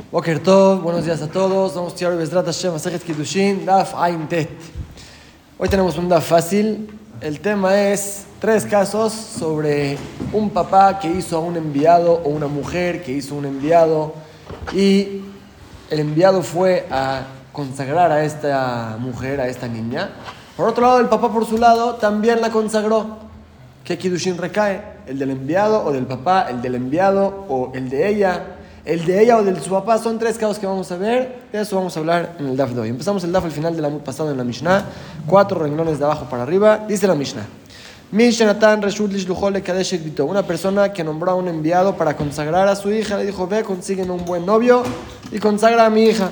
Boker Tov, buenos días a todos. Vamos a estudiar Bezrat Hashem, Masejet Kiddushin, Daf Ain Tet. Hoy tenemos un Daf fácil. El tema es 3 casos sobre un papá que hizo a un enviado o una mujer que hizo un enviado y el enviado fue a consagrar a esta mujer, a esta niña. Por otro lado, el papá por su lado también la consagró. ¿Qué Kiddushin recae? ¿El del enviado o del papá? ¿El del enviado o el de ella? El de ella o del su papá. Son 3 casos que vamos a ver. De eso vamos a hablar en el Daf de hoy. Empezamos el Daf al final del año pasado en la Mishnah. 4 renglones de abajo para arriba. Dice la Mishnah: una persona que nombró a un enviado para consagrar a su hija, le dijo: ve, consígueme un buen novio y consagra a mi hija.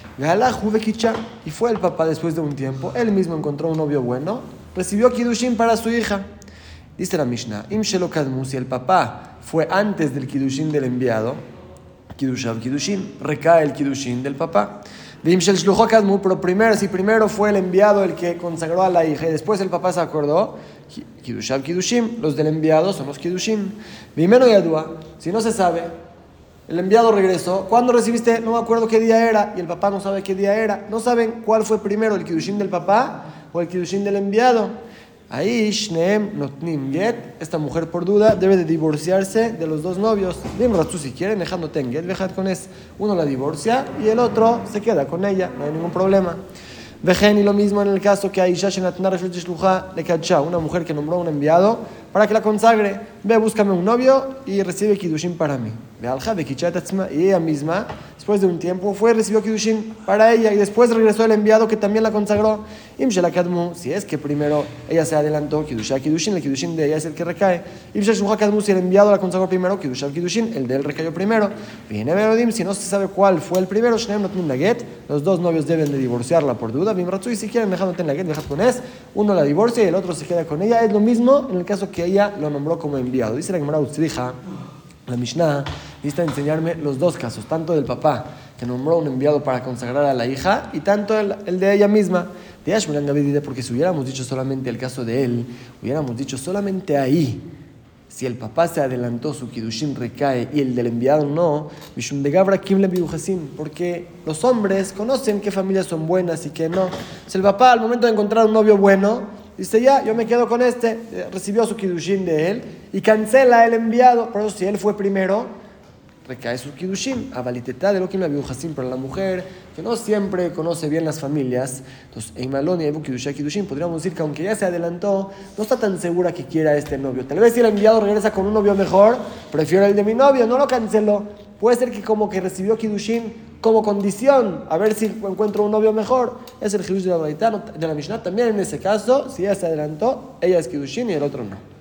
Y fue el papá después de un tiempo. Él mismo encontró un novio bueno. Recibió Kiddushin para su hija. Dice la Mishnah: si el papá fue antes del Kiddushin del enviado, Kiddushin, recae el Kiddushin del papá. Pero primero, si primero fue el enviado el que consagró a la hija y después el papá se acordó, Kiddushin, los del enviado son los Kiddushin. Si no se sabe, el enviado regresó. ¿Cuándo recibiste? No me acuerdo qué día era, y el papá no sabe qué día era. No saben cuál fue primero, el Kiddushin del papá o el Kiddushin del enviado. Ahí, Shneem Notnim Get, esta mujer por duda debe de divorciarse de los 2 novios. Dim Ratzu, si quieren, dejando Tenget, dejad con es. Uno la divorcia y el otro se queda con ella, no hay ningún problema. Vejen, y lo mismo en el caso que hay una mujer que nombró a un enviado para que la consagre. Ve, búscame un novio y recibe Kiddushin para mí. Y ella misma, después de un tiempo, recibió Kiddushin para ella y después regresó el enviado que también la consagró. Si es que primero ella se adelantó, Kiddushin, el Kiddushin de ella es el que recae. Si el enviado la consagró primero, Kiddushin, el de él recayó primero. Si no se sabe cuál fue el primero, los 2 novios deben de divorciarla por duda. Y si quieren dejándote en la get, dejad con es. Uno la divorcia y el otro se queda con ella. Es lo mismo en el caso que ella lo nombró como enviado. Dice la Gemara Utzriha, la Mishnah, necesita enseñarme los 2 casos, tanto del papá que nombró un enviado para consagrar a la hija y tanto el de ella misma. Porque si hubiéramos dicho solamente el caso de él, hubiéramos dicho solamente ahí, si el papá se adelantó, su Kiddushin recae y el del enviado no, porque los hombres conocen qué familias son buenas y qué no. Si el papá al momento de encontrar un novio bueno dice: ya, yo me quedo con este, recibió su Kiddushin de él y cancela el enviado. Por eso si él fue primero, recae su Kiddushin. Avaliteta de lo que la Biujasim, para la mujer que no siempre conoce bien las familias. Entonces, en Maloni y Kiddushin, podríamos decir que aunque ya se adelantó, no está tan segura que quiera este novio. Tal vez si el enviado regresa con un novio mejor, prefiero el de mi novio, no lo canceló. Puede ser que como que recibió Kiddushin como condición, a ver si encuentro un novio mejor. Es el Kiddushin de la Mishnah. También en ese caso, si ella se adelantó, ella es Kiddushin y el otro no.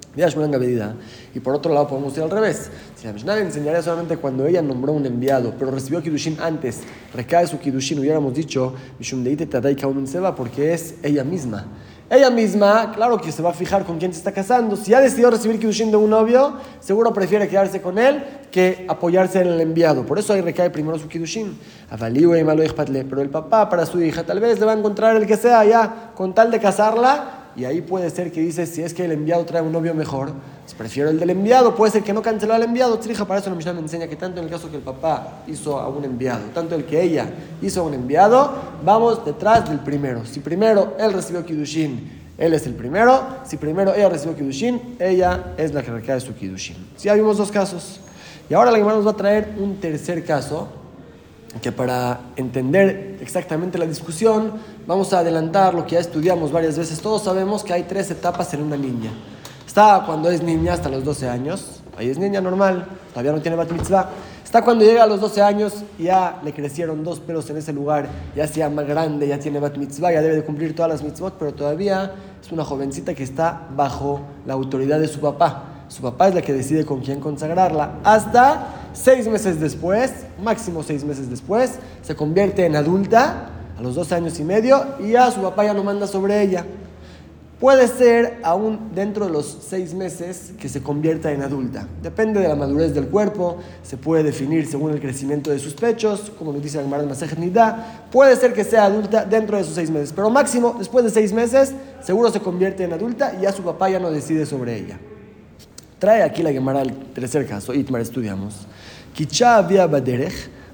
Y por otro lado podemos ir al revés. Si la Mishnah le enseñaría solamente cuando ella nombró un enviado, pero recibió Kiddushin antes, recae su Kiddushin, hubiéramos dicho porque es ella misma. Ella misma, claro que se va a fijar con quién se está casando. Si ya decidió recibir Kiddushin de un novio, seguro prefiere quedarse con él que apoyarse en el enviado. Por eso ahí recae primero su Kiddushin. Pero el papá para su hija tal vez le va a encontrar el que sea ya, con tal de casarla. Y ahí puede ser que dice: si es que el enviado trae un novio mejor, pues prefiero el del enviado. Puede ser que no canceló al enviado. Tzrija, para eso la Mishnah me enseña que tanto en el caso que el papá hizo a un enviado, tanto el que ella hizo a un enviado, vamos detrás del primero. Si primero él recibió Kiddushin, él es el primero. Si primero ella recibió Kiddushin, ella es la que recae su Kiddushin. Si ya vimos 2 casos. Y ahora la Gemara nos va a traer un tercer caso, que para entender exactamente la discusión vamos a adelantar lo que ya estudiamos varias veces. Todos sabemos que hay 3 etapas en una niña. Está cuando es niña hasta los 12 años, ahí es niña normal, todavía no tiene bat mitzvah. Está cuando llega a los 12 años, ya le crecieron 2 pelos en ese lugar, ya se llama grande, ya tiene bat mitzvah, ya debe de cumplir todas las mitzvot, pero todavía es una jovencita que está bajo la autoridad de su papá. Su papá es la que decide con quién consagrarla. Hasta 6 meses después, máximo 6 meses después, se convierte en adulta, a los 2 años y medio, y ya su papá ya no manda sobre ella. Puede ser aún dentro de los 6 meses que se convierta en adulta. Depende de la madurez del cuerpo, se puede definir según el crecimiento de sus pechos, como nos dice el Gemara en Masejet Nidá. Puede ser que sea adulta dentro de esos 6 meses, pero máximo después de 6 meses, seguro se convierte en adulta y ya su papá ya no decide sobre ella. Trae aquí la Gemara el tercer caso, Itmar, estudiamos. Kicha había baderech,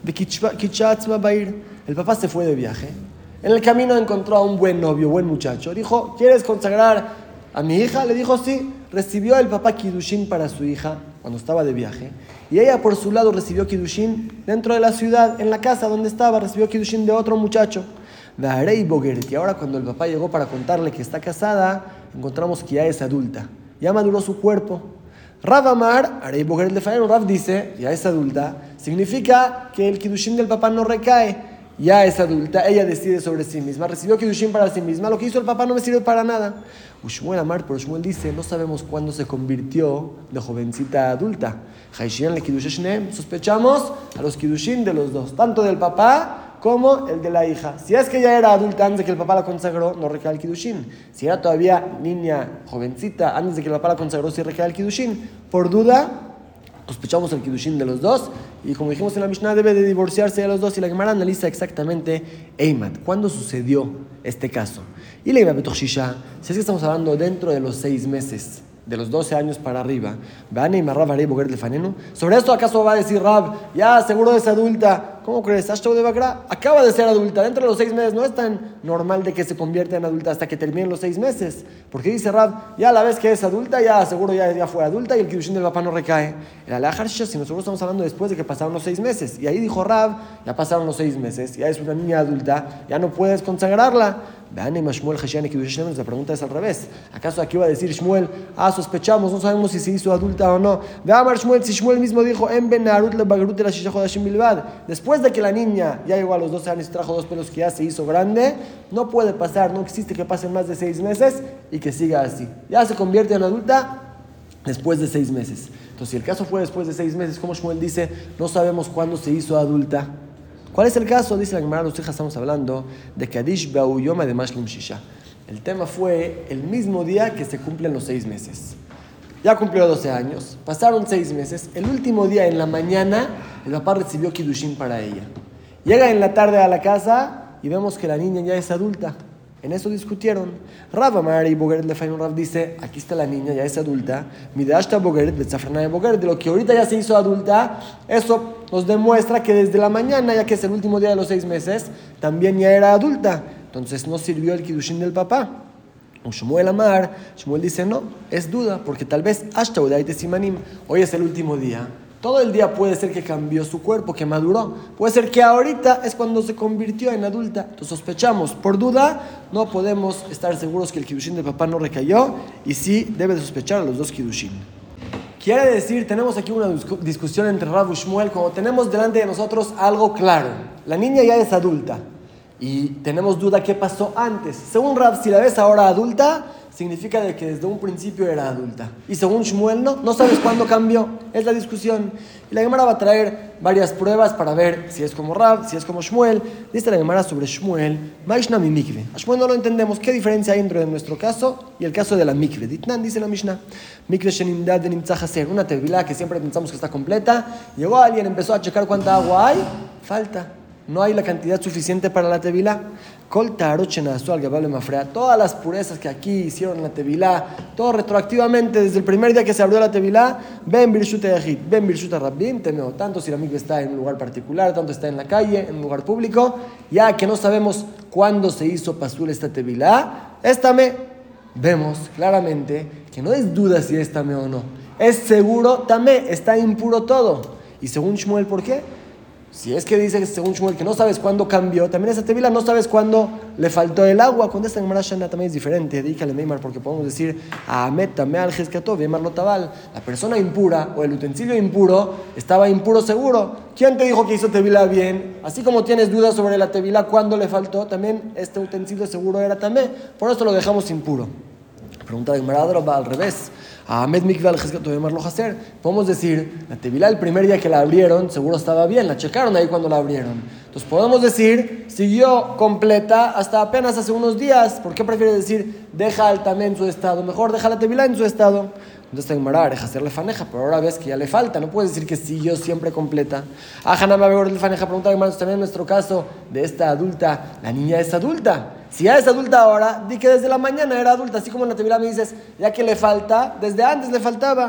El papá se fue de viaje. En el camino encontró a un buen novio, buen muchacho. Dijo, ¿quieres consagrar a mi hija? Le dijo, sí. Recibió el papá Kiddushin para su hija cuando estaba de viaje. Y ella, por su lado, recibió Kiddushin dentro de la ciudad, en la casa donde estaba. Recibió Kiddushin de otro muchacho. Y ahora, cuando el papá llegó para contarle que está casada, encontramos que ya es adulta. Ya maduró su cuerpo. Rav Amar, Arei Bogeret Lefaenu, Rav dice, ya es adulta. Significa que el Kiddushin del papá no recae. Ya es adulta, ella decide sobre sí misma, recibió Kiddushin para sí misma, lo que hizo el papá no me sirve para nada. Shmuel Amar, pero Shmuel dice, no sabemos cuándo se convirtió de jovencita a adulta. Haishian le Kiddushin, sospechamos a los Kiddushin de los dos, tanto del papá como el de la hija. Si es que ya era adulta antes de que el papá la consagró, no recae el Kiddushin. Si era todavía niña, jovencita, antes de que el papá la consagró, sí recae el Kiddushin. Por duda, sospechamos el Kiddushin de los dos. Y como dijimos en la Mishnah, debe de divorciarse de los dos. Y la Gemara analiza exactamente Eimat, ¿cuándo sucedió este caso? Y la Gemara Betoch Shisha, si es que estamos hablando dentro de los 6 meses, de los 12 años para arriba, sobre esto acaso va a decir Rab, ya seguro es adulta. ¿Cómo crees? Ashtou de Bakra acaba de ser adulta. Dentro de los 6 meses no es tan normal de que se convierta en adulta hasta que terminen los 6 meses. Porque dice Rab, ya a la vez que es adulta, ya seguro ya fue adulta y el Kiddushin del papá no recae. El Alahar Shisha, si nosotros estamos hablando después de que pasaron los 6 meses. Y ahí dijo Rab, ya pasaron los 6 meses, ya es una niña adulta, ya no puedes consagrarla. La pregunta es al revés. ¿Acaso aquí va a decir Shmuel, sospechamos, no sabemos si se hizo adulta o no? Si Shmuel mismo dijo, después de que la niña ya llegó a los 12 años y trajo 2 pelos que ya se hizo grande, no puede pasar, no existe que pasen más de 6 meses y que siga así. Ya se convierte en adulta después de 6 meses. Entonces, si el caso fue después de 6 meses, como Shmuel dice, no sabemos cuándo se hizo adulta. ¿Cuál es el caso? Dice la Gemara, los hijas estamos hablando de Kadish Ba'uyoma de Mashlim Shisha. El tema fue el mismo día que se cumplen los 6 meses. Ya cumplió 12 años, pasaron 6 meses, el último día en la mañana, el papá recibió Kiddushin para ella. Llega en la tarde a la casa y vemos que la niña ya es adulta. En eso discutieron. Rav Amar y Bogeret Lefainu Rav dice, aquí está la niña, ya es adulta. Midashta Bogeret, Betzafranay Bogeret, de lo que ahorita ya se hizo adulta, eso nos demuestra que desde la mañana, ya que es el último día de los 6 meses, también ya era adulta. Entonces no sirvió el Kiddushin del papá. Shmuel Amar, Shmuel dice, no, es duda, porque tal vez Ashta Udaite Simanim, hoy es el último día. Todo el día puede ser que cambió su cuerpo, que maduró. Puede ser que ahorita es cuando se convirtió en adulta. Entonces sospechamos. Por duda, no podemos estar seguros que el Kiddushin del papá no recayó. Y sí, debe de sospechar a los dos Kiddushin. Quiere decir, tenemos aquí una discusión entre Rav y Shmuel. Como tenemos delante de nosotros algo claro. La niña ya es adulta. Y tenemos duda qué pasó antes. Según Rav, si la ves ahora adulta, significa de que desde un principio era adulta. Y según Shmuel, no sabes cuándo cambió. Es la discusión. Y la Gemara va a traer varias pruebas para ver si es como Rav, si es como Shmuel. Dice la Gemara sobre Shmuel, Maishna mi mikve. A Shmuel no lo entendemos. ¿Qué diferencia hay entre nuestro caso y el caso de la mikve? Ditnan, dice la Mishnah. Mikve shenimdad de nimtzah haser. Una tevilá que siempre pensamos que está completa. Llegó alguien, empezó a checar cuánta agua hay. Falta. No hay la cantidad suficiente para la tevilá. Todas las purezas que aquí hicieron la tevilá, todo retroactivamente desde el primer día que se abrió la tevilá, ben birshut yahid, ben birshut rabbim, temeo. Tanto si la mikve está en un lugar particular, tanto está en la calle, en un lugar público, ya que no sabemos cuándo se hizo pasul esta tevilá, vemos claramente que no es duda si es tamé o no. Es seguro tamé, está impuro todo. Y según Shmuel, ¿por qué? Si es que dice según Shmuel que no sabes cuándo cambió, también esa tevila no sabes cuándo le faltó el agua. Cuando esta Gemara Shana también es diferente. Dígale Meimar, porque podemos decir Amet tamé al Jezkatov, Meimar lo tabal. La persona impura o el utensilio impuro estaba impuro seguro. ¿Quién te dijo que hizo tevila bien? Así como tienes dudas sobre la tevila cuándo le faltó, también este utensilio seguro era también. Por eso lo dejamos impuro. Pregunta de Gemara va al revés. Podemos decir, la tevilá el primer día que la abrieron, seguro estaba bien, la checaron ahí cuando la abrieron. Entonces podemos decir, siguió completa hasta apenas hace unos días. ¿Por qué prefiere decir, deja el tamé en su estado? Mejor deja la tevilá en su estado. Entonces está en Gemara, deja hacerle faneja, pero ahora ves que ya le falta, no puedes decir que siguió siempre completa. Hanama Beor le faneja, pregunta de Gemara, también en nuestro caso de esta adulta, la niña es adulta. Si ya es adulta ahora, di que desde la mañana era adulta, así como en la tevilá me dices, ya que le falta, desde antes le faltaba.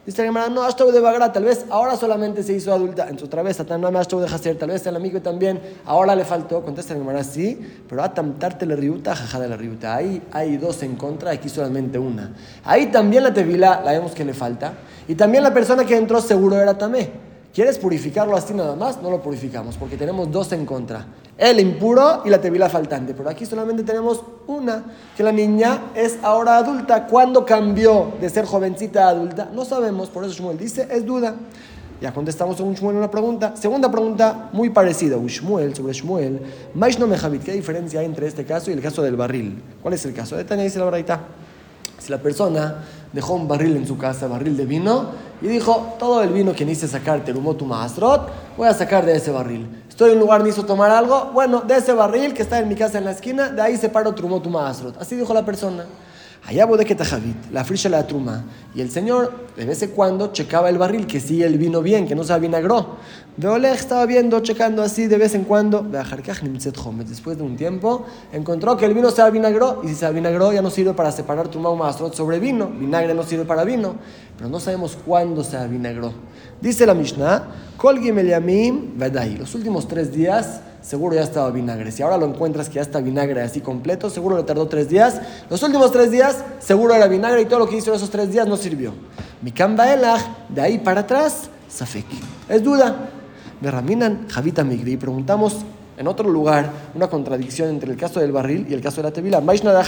Dice la Gemara, no, Ashtabu de Bagra, tal vez ahora solamente se hizo adulta. Entonces otra vez, Atán no me Ashtabu de Hacer, tal vez el amigo también, ahora le faltó. Contesta la Gemara, sí, pero Atamtarte la riuta, jajada la riuta. Ahí hay dos en contra, aquí solamente una. Ahí también la tevilá, la vemos que le falta. Y también la persona que entró seguro era tamé. ¿Quieres purificarlo así nada más? No lo purificamos, porque tenemos dos en contra. El impuro y la tevilá faltante. Pero aquí solamente tenemos una, que la niña es ahora adulta. ¿Cuándo cambió de ser jovencita a adulta? No sabemos, por eso Shmuel dice, es duda. Ya contestamos según Shmuel una pregunta. Segunda pregunta, muy parecida. Sobre Shmuel. Maish no mejavit. ¿Qué diferencia hay entre este caso y el caso del barril? ¿Cuál es el caso? De Tania dice la Braita. Si la persona dejó un barril en su casa, barril de vino, y dijo, todo el vino que necesite sacar terumot u'maasrot, voy a sacar de ese barril. Estoy en un lugar, necesito tomar algo, bueno, de ese barril que está en mi casa en la esquina, de ahí separo terumot u'maasrot. Así dijo la persona. Allá bodeke tajavit, la frisha la truma. Y el señor, de vez en cuando, checaba el barril, que sí el vino bien, que no se avinagró. Veolech estaba viendo, checando así de vez en cuando. Después de un tiempo, encontró que el vino se avinagró. Y si se avinagró, ya no sirve para separar truma o maasrot sobre vino. Vinagre no sirve para vino. Pero no sabemos cuándo se avinagró. Dice la Mishnah, Kol gimel yamim vadai. Los últimos 3 días seguro ya estaba vinagre. Si ahora lo encuentras que ya está vinagre así completo, seguro le tardó 3 días. Los últimos 3 días seguro era vinagre y todo lo que hizo en esos 3 días no sirvió. Mikam baelach, de ahí para atrás, safek. Es duda. Me raminan javita migri y preguntamos en otro lugar una contradicción entre el caso del barril y el caso de la tevila.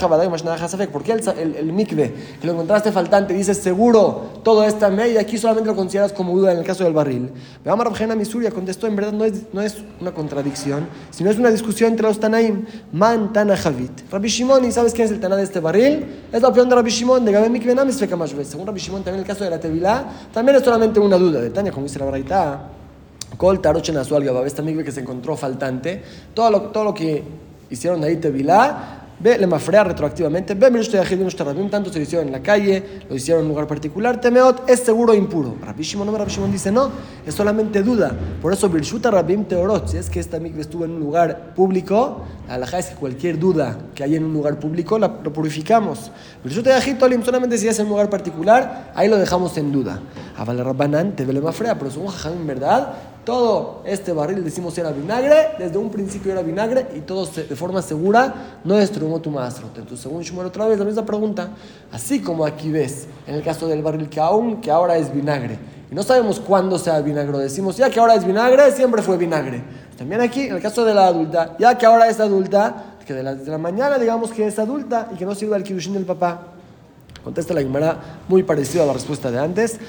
¿Por qué el mikve que lo encontraste faltante dice seguro todo esta me y aquí solamente lo consideras como duda en el caso del barril? Veamos a Rabjena Misuria contestó, en verdad no es una contradicción, sino es una discusión entre los Tanaim. Man Tana Javit. Rabbi Shimon, ¿y sabes quién es el Taná de este barril? Es la opinión de Rabbi Shimon, de Gabe Mikve Namis Fekamash. Según Rabbi Shimon, también el caso de la tevila también es solamente una duda. De Tania, como dice la Braita. Kol tarochen azual gabab, esta migbe que se encontró faltante, todo lo que hicieron ahí tevilá, ve le mafrea retroactivamente, ve me tanto se lo hicieron en la calle, lo hicieron en un lugar particular, temeot es seguro impuro. Rabbi Shimon dice no, es solamente duda. Por eso Birshuta Rabim Teorot, si es que esta migbe estuvo en un lugar público, la halajá es que cualquier duda que haya en un lugar público lo purificamos. Birshuta Yahitolim, solamente si es en un lugar particular, ahí lo dejamos en duda. Aval Rabbanan te ve le mafrea, pero según Jajam en verdad, todo este barril decimos era vinagre, desde un principio era vinagre y todo de forma segura no es trumot u'maasrot. Entonces, según Shmuel otra vez la misma pregunta, así como aquí ves en el caso del barril que ahora es vinagre y no sabemos cuándo sea vinagre, decimos ya que ahora es vinagre, siempre fue vinagre. También aquí en el caso de la adulta, ya que ahora es adulta, que desde la mañana digamos que es adulta y que no sirve al kiddushin del papá. Contesta la Gemara muy parecido a la respuesta de antes.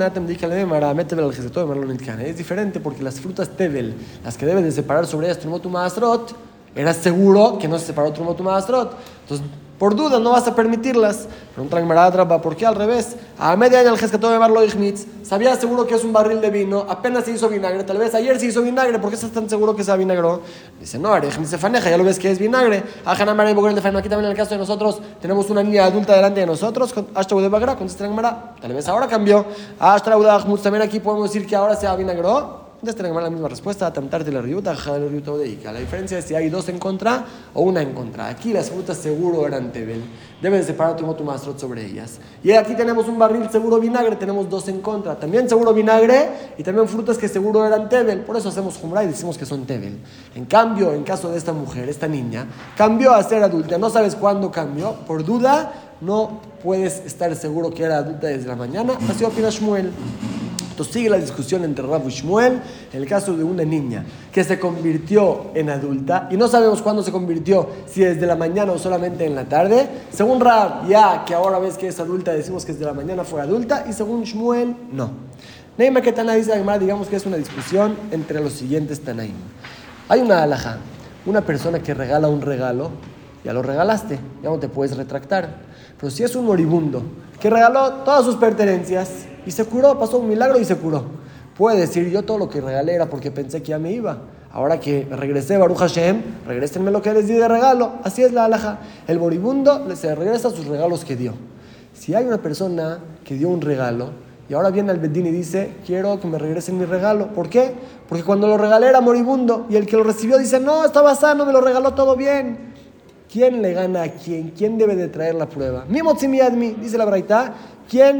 Es diferente porque las frutas tevel, las que deben de separar sobre ellas trumot u'maasrot, era seguro que no se separó trumot u'maasrot. Entonces, por duda no vas a permitirlas. Pregunta la Gemara, ¿por qué al revés? A media año el Jescató de Marlo Ichmitz sabía seguro que es un barril de vino, apenas se hizo vinagre, tal vez ayer se hizo vinagre, ¿por qué estás tan seguro que sea vinagre? Dice, no, Arejmi se faneja, ya lo ves que es vinagre. Aquí también en el caso de nosotros, tenemos una niña adulta delante de nosotros, Ashtabu de Bagra, contesta la Gemara, tal vez ahora cambió. Ashtabu de Ahmutz, también aquí podemos decir que ahora sea vinagre. Contesta la misma respuesta, tamtarte la riuta, jajada la riuta odeica. La diferencia es si hay 2 en contra o 1 en contra. Aquí las frutas seguro eran tevel. Deben separar trumot u'maasrot sobre ellas. Y aquí tenemos un barril seguro vinagre, tenemos 2 en contra. También seguro vinagre y también frutas que seguro eran tevel. Por eso hacemos jumra y decimos que son tevel. En cambio, en caso de esta mujer, esta niña, cambió a ser adulta. No sabes cuándo cambió. Por duda, no puedes estar seguro que era adulta desde la mañana. Así opina Shmuel. Entonces sigue la discusión entre Rav y Shmuel en el caso de una niña que se convirtió en adulta y no sabemos cuándo se convirtió, si desde la mañana o solamente en la tarde. Según Rav, ya que ahora ves que es adulta, decimos que desde la mañana fue adulta, y según Shmuel, no. Neima que Tana dice la Gemara, digamos que es una discusión entre los siguientes Tanaim. Hay una halajá, una persona que regala un regalo, ya lo regalaste, ya no te puedes retractar. Pero si es un moribundo que regaló todas sus pertenencias y se curó, pasó un milagro y se curó, puede decir, yo todo lo que regalé era porque pensé que ya me iba. Ahora que regresé, Baruch Hashem, regrésenme lo que les di de regalo. Así es la halajá. El moribundo se regresa sus regalos que dio. Si hay una persona que dio un regalo y ahora viene al Bedín y dice, quiero que me regresen mi regalo. ¿Por qué? Porque cuando lo regalé era moribundo y el que lo recibió dice, no, estaba sano, me lo regaló todo bien. ¿Quién le gana a quién? ¿Quién debe de traer la prueba? Mi motzimi admi, dice la Braita, ¿quién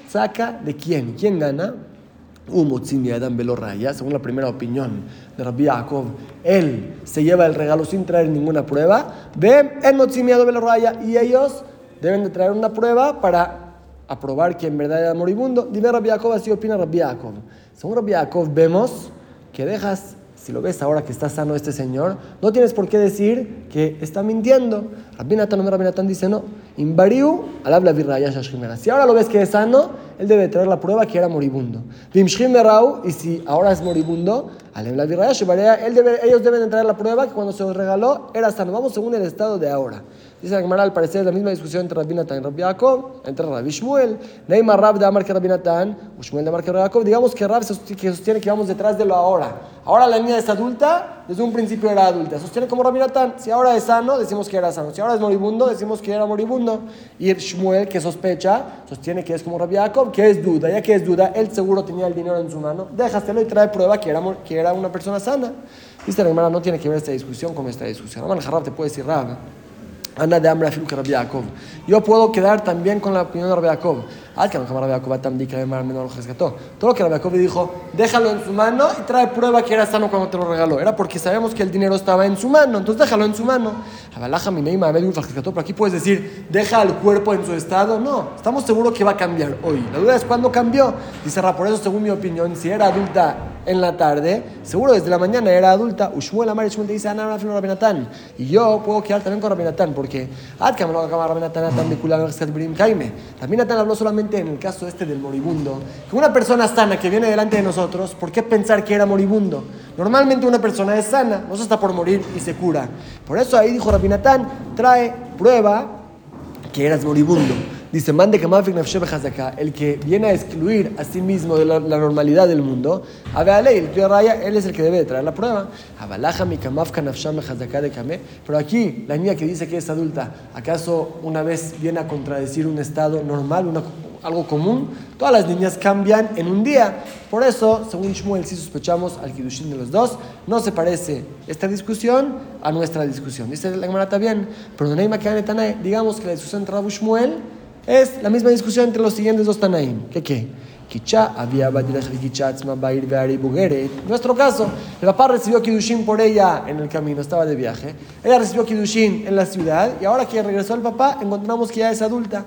saca de quién. ¿Quién gana? Umotzini Adam Belorraya, según la primera opinión de Rabbi Yaakov, él se lleva el regalo sin traer ninguna prueba. Ve en Motzini Adam Belorraya, y ellos deben de traer una prueba para aprobar que en verdad era moribundo. Dime Rabbi Yaakov, así opina Rabbi Yaakov. Según Rabbi Yaakov vemos que dejas, si lo ves ahora que está sano este señor, no tienes por qué decir que está mintiendo. Rabbi Natán dice no. Imbariu al habla virraya shashimera. Si ahora lo ves que es sano, él debe traer la prueba que era moribundo. Vimshrimerau, y si ahora es moribundo, al la virraya shebarea, ellos deben traer la prueba que cuando se lo regaló era sano. Vamos según el estado de ahora. Dice la Gemara, al parecer es la misma discusión entre Rabbi Natán y Rabbi Yaakov, entre Rabbi Shmuel. Neymar Rab de Amar que Rabbi Natán, o Shmuel de Amar que Rabbi Yaakov. Digamos que Rab sostiene que vamos detrás de lo ahora. Ahora la niña es adulta, desde un principio era adulta. Sostiene como Rabbi Natán. Si ahora es sano, decimos que era sano. Si ahora es moribundo, decimos que era moribundo. Y Shmuel, que sospecha, sostiene que es como Rabbi Yaakov, que es duda. Ya que es duda, él seguro tenía el dinero en su mano. Déjaselo y trae prueba que era una persona sana. Dice la Gemara, no tiene que ver esta discusión con esta discusión. Aman Jarrab te puede decir Rab. Anda de hambre afirma que Rabbi Yaakov. Yo puedo quedar también con la opinión de Rabbi Yaakov. Todo lo que Rabbi Yaakov dijo, déjalo en su mano y trae prueba que era sano cuando te lo regaló. Era porque sabemos que el dinero estaba en su mano, entonces déjalo en su mano. Pero aquí puedes decir, deja el cuerpo en su estado. No, estamos seguros que va a cambiar hoy. La duda es cuándo cambió. Dice Ra, por eso según mi opinión, si era adulta en la tarde, seguro desde la mañana era adulta. Ushmuel Amar y Shmuel te dice, Rabbi Natán. Y yo puedo quedar también con Rabbi Natán, porque Rabbi Natán habló solamente en el caso este del moribundo, que una persona sana que viene delante de nosotros, ¿por qué pensar que era moribundo? Normalmente una persona es sana, no se está por morir y se cura. Por eso ahí dijo Rabbi Natán, trae prueba que eras moribundo. Dice, mande kamafik nafshe bechazaka, el que viene a excluir a sí mismo de la normalidad del mundo, él es el que debe de traer la prueba. Pero aquí, la niña que dice que es adulta, ¿acaso una vez viene a contradecir un estado normal, algo común? Todas las niñas cambian en un día. Por eso, según Shmuel, si sospechamos al Kiddushin de los dos, no se parece esta discusión a nuestra discusión. Dice la Gemara, está bien, pero digamos que la discusión entre Rabu y Shmuel es la misma discusión entre los siguientes dos Tanaim. ¿Qué? En nuestro caso, el papá recibió Kiddushin por ella en el camino, estaba de viaje. Ella recibió Kiddushin en la ciudad y ahora que regresó el papá, encontramos que ya es adulta.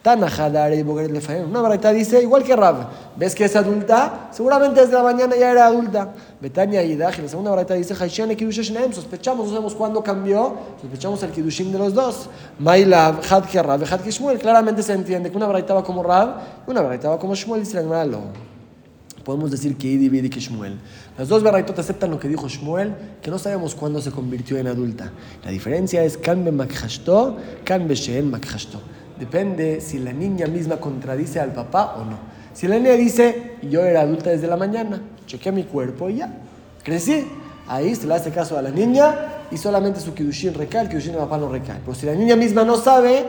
Una baraita dice, igual que Rab, ves que es adulta, seguramente desde la mañana ya era adulta. Betania y Idaj, la segunda baraita dice, sospechamos, no sabemos cuándo cambió, sospechamos el Kiddushin de los dos. Maila, Had que Rab, Had que Shmuel, claramente se entiende que una baraita va como Rab y una baraita va como Shmuel, dice la Gemara, no. Podemos decir que Idi y que Shmuel. Las dos baraitot aceptan lo que dijo Shmuel, que no sabemos cuándo se convirtió en adulta. La diferencia es kan be makhashto, kan be sheen makhashto. Depende si la niña misma contradice al papá o no. Si la niña dice, yo era adulta desde la mañana, chequeé mi cuerpo y ya, crecí. Ahí se le hace caso a la niña y solamente su Kiddushin recae, el Kiddushin del papá no recae. Pero si la niña misma no sabe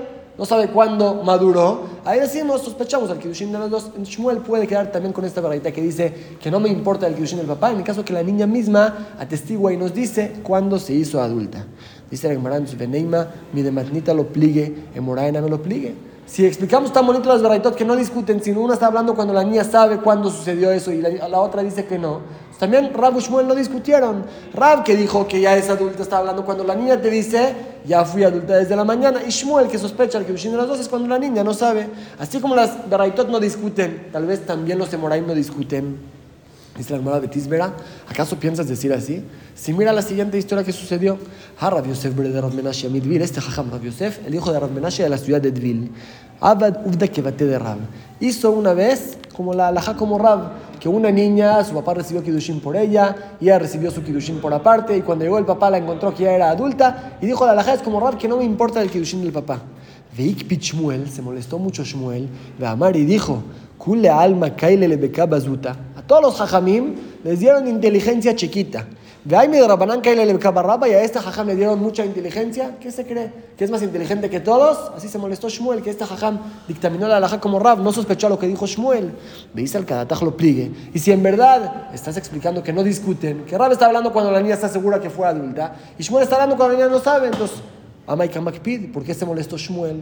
cuándo maduró, ahí decimos, sospechamos al Kiddushin de los dos. Shmuel puede quedar también con esta baraita que dice que no me importa el Kiddushin del papá, en el caso que la niña misma atestigua y nos dice cuándo se hizo adulta. Dice la Gemara en su Beneima, mi de matnita lo pligue, en Moraena no lo pligue. Si explicamos tan bonito las baraitot que no discuten, sino una está hablando cuando la niña sabe cuándo sucedió eso y la otra dice que no, pues también Rab y Shmuel no discutieron. Rab, que dijo que ya es adulta, está hablando cuando la niña te dice, ya fui adulta desde la mañana. Y Shmuel, que sospecha el Kiddushin de las dos, es cuando la niña no sabe. Así como las baraitot no discuten, tal vez también los Emoraim no discuten. Dice la Gemara de Tisbera, ¿acaso piensas decir así? Si mira la siguiente historia que sucedió. Rav Yosef de Rav Menashe Midvil, este jajam Rav Yosef, el hijo de Rav Menashe de la ciudad de Dvil, Abad Uvda Kevate de Rav, hizo una vez como la halajá como Rav, que una niña, su papá recibió Kiddushin por ella, y ella recibió su Kiddushin por aparte, y cuando llegó el papá la encontró que ya era adulta, y dijo la halajá es como Rav, que no me importa el Kiddushin del papá. Veik Pit Shmuel, se molestó mucho Shmuel, ve Amar y dijo, Kule alma kaile le beka bazuta. A todos los jajamim les dieron inteligencia chiquita. Veayme de Rabanán kaile le beka barraba, y a este jajam le dieron mucha inteligencia. ¿Qué se cree? ¿Que es más inteligente que todos? Así se molestó Shmuel, que este jajam dictaminó la halajá como Rav, no sospechó lo que dijo Shmuel. Veis al Kadataj lo pligue. Y si en verdad estás explicando que no discuten, que Rav está hablando cuando la niña está segura que fue adulta, y Shmuel está hablando cuando la niña no sabe, entonces, Amay Kamakpid, ¿por qué se molestó Shmuel?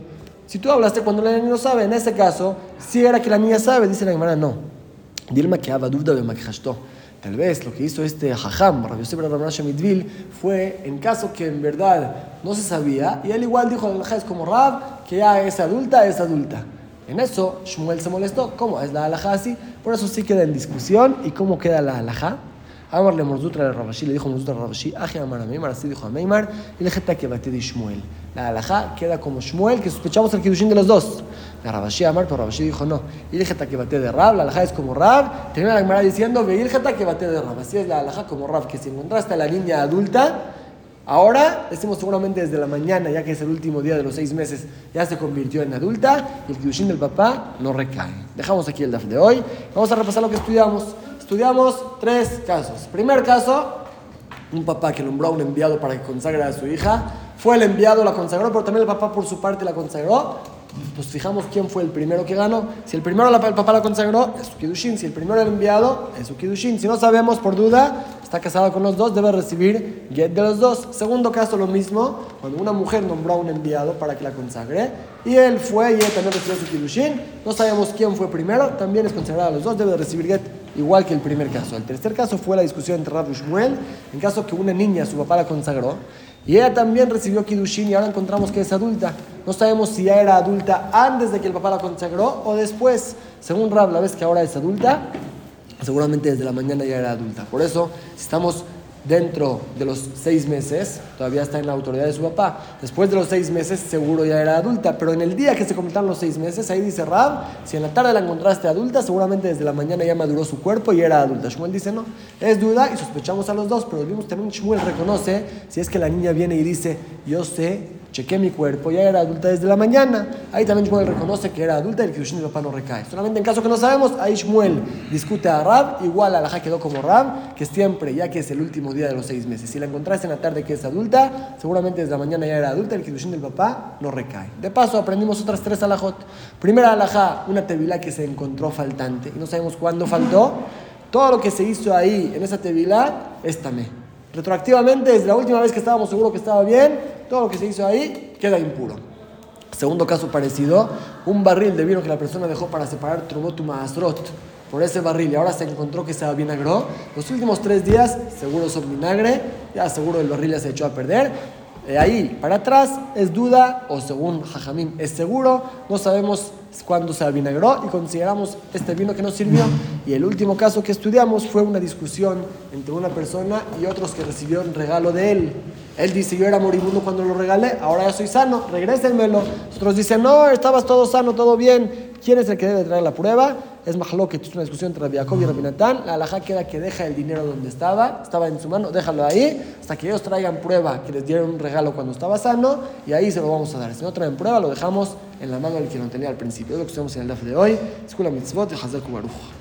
Si tú hablaste cuando la niña no sabe, en ese caso, si era que la niña sabe, dice la Gemara, no. Dilma que haba duda de Makjashto. Tal vez lo que hizo este Jajam, Rabbi Yosef Bar Menashe Midvil, fue en caso que en verdad no se sabía, y él igual dijo, la halajá es como Rab, que ya es adulta, es adulta. En eso, Shmuel se molestó. ¿Cómo es la halajá así? Por eso sí queda en discusión. ¿Y cómo queda la halajá? Amar le Morzutra al Rabashi, le dijo Morzutra al Rabashi, Aji Amar a Meimar, así dijo a Meimar, y le jeta que bate de Shmuel. La halajá queda como Shmuel, que sospechamos el Kidushin de los dos. La Rabashi Amar, pero Rabashi dijo no. Y le jeta que bate de Rab, la halajá es como Rab. Termina la Gemara diciendo, ve y le jeta que bate de Rab. Así es la halajá como Rab, que si encontraste a la niña adulta, ahora, decimos seguramente desde la mañana, ya que es el último día de los 6 meses, ya se convirtió en adulta y el Kidushin del papá no recae. Dejamos aquí el daf de hoy. Vamos a repasar lo que estudiamos. Estudiamos 3 casos. Primer caso, un papá que nombró a un enviado para que consagre a su hija. Fue el enviado, la consagró, pero también el papá por su parte la consagró. Pues fijamos quién fue el primero que ganó. Si el primero el papá la consagró, es su Kidushin. Si el primero el enviado, es su Kidushin. Si no sabemos, por duda, está casado con los dos, debe recibir get de los dos. Segundo caso, lo mismo, cuando una mujer nombró a un enviado para que la consagre, y él fue y él también recibió su Kidushin. No sabemos quién fue primero, también es consagrado a los dos, debe recibir get igual que el primer caso. El tercer caso fue la discusión entre Rab y Shmuel, en caso que una niña, su papá la consagró, y ella también recibió Kidushin y ahora encontramos que es adulta. No sabemos si ya era adulta antes de que el papá la consagró o después. Según Rab, la vez que ahora es adulta, seguramente desde la mañana ya era adulta. Por eso, si estamos dentro de los 6 meses, todavía está en la autoridad de su papá. Después de los 6 meses, seguro ya era adulta. Pero en el día que se completaron los 6 meses, ahí dice Rab, si en la tarde la encontraste adulta, seguramente desde la mañana ya maduró su cuerpo y era adulta. Shmuel dice no, es duda y sospechamos a los dos, pero vimos también Shmuel reconoce, si es que la niña viene y dice, yo sé, chequé mi cuerpo, ya era adulta desde la mañana. Ahí también Shmuel reconoce que era adulta y el Kidushin del papá no recae. Solamente en caso que no sabemos, ahí Shmuel discute a Rab, igual la halajá quedó como Rab, que siempre, ya que es el último día de los 6 meses. Si la encontraste en la tarde que es adulta, seguramente desde la mañana ya era adulta, el Kidushin del papá no recae. De paso, aprendimos otras 3 halajot. Primera halajá, una tevilá que se encontró faltante y no sabemos cuándo faltó. Todo lo que se hizo ahí en esa tevilá es tamé. Retroactivamente, desde la última vez que estábamos seguros que estaba bien, todo lo que se hizo ahí queda impuro. Segundo caso parecido, un barril de vino que la persona dejó para separar trumot y maasrot por ese barril y ahora se encontró que se vinagró. Los últimos 3 días seguro son vinagre, ya seguro el barril ya se echó a perder. Ahí para atrás es duda o según Jajamim es seguro, no sabemos cuándo se avinagró y consideramos este vino que nos sirvió. Y el último caso que estudiamos fue una discusión entre una persona y otros que recibió un regalo de él. Él dice, yo era moribundo cuando lo regalé, ahora ya soy sano, regrésenmelo. Otros dicen, no, estabas todo sano, todo bien. ¿Quién es el que debe traer la prueba? Es Mahloket, es una discusión entre Rabbi Jacob y Rabbi Natán. La halajá queda que deja el dinero donde estaba en su mano, déjalo ahí, hasta que ellos traigan prueba que les dieron un regalo cuando estaba sano, y ahí se lo vamos a dar. Si no traen prueba, lo dejamos en la mano del que lo tenía al principio. Es lo que estudiamos en el daf de hoy. Escuela Mitzvot y Hazak Baruch.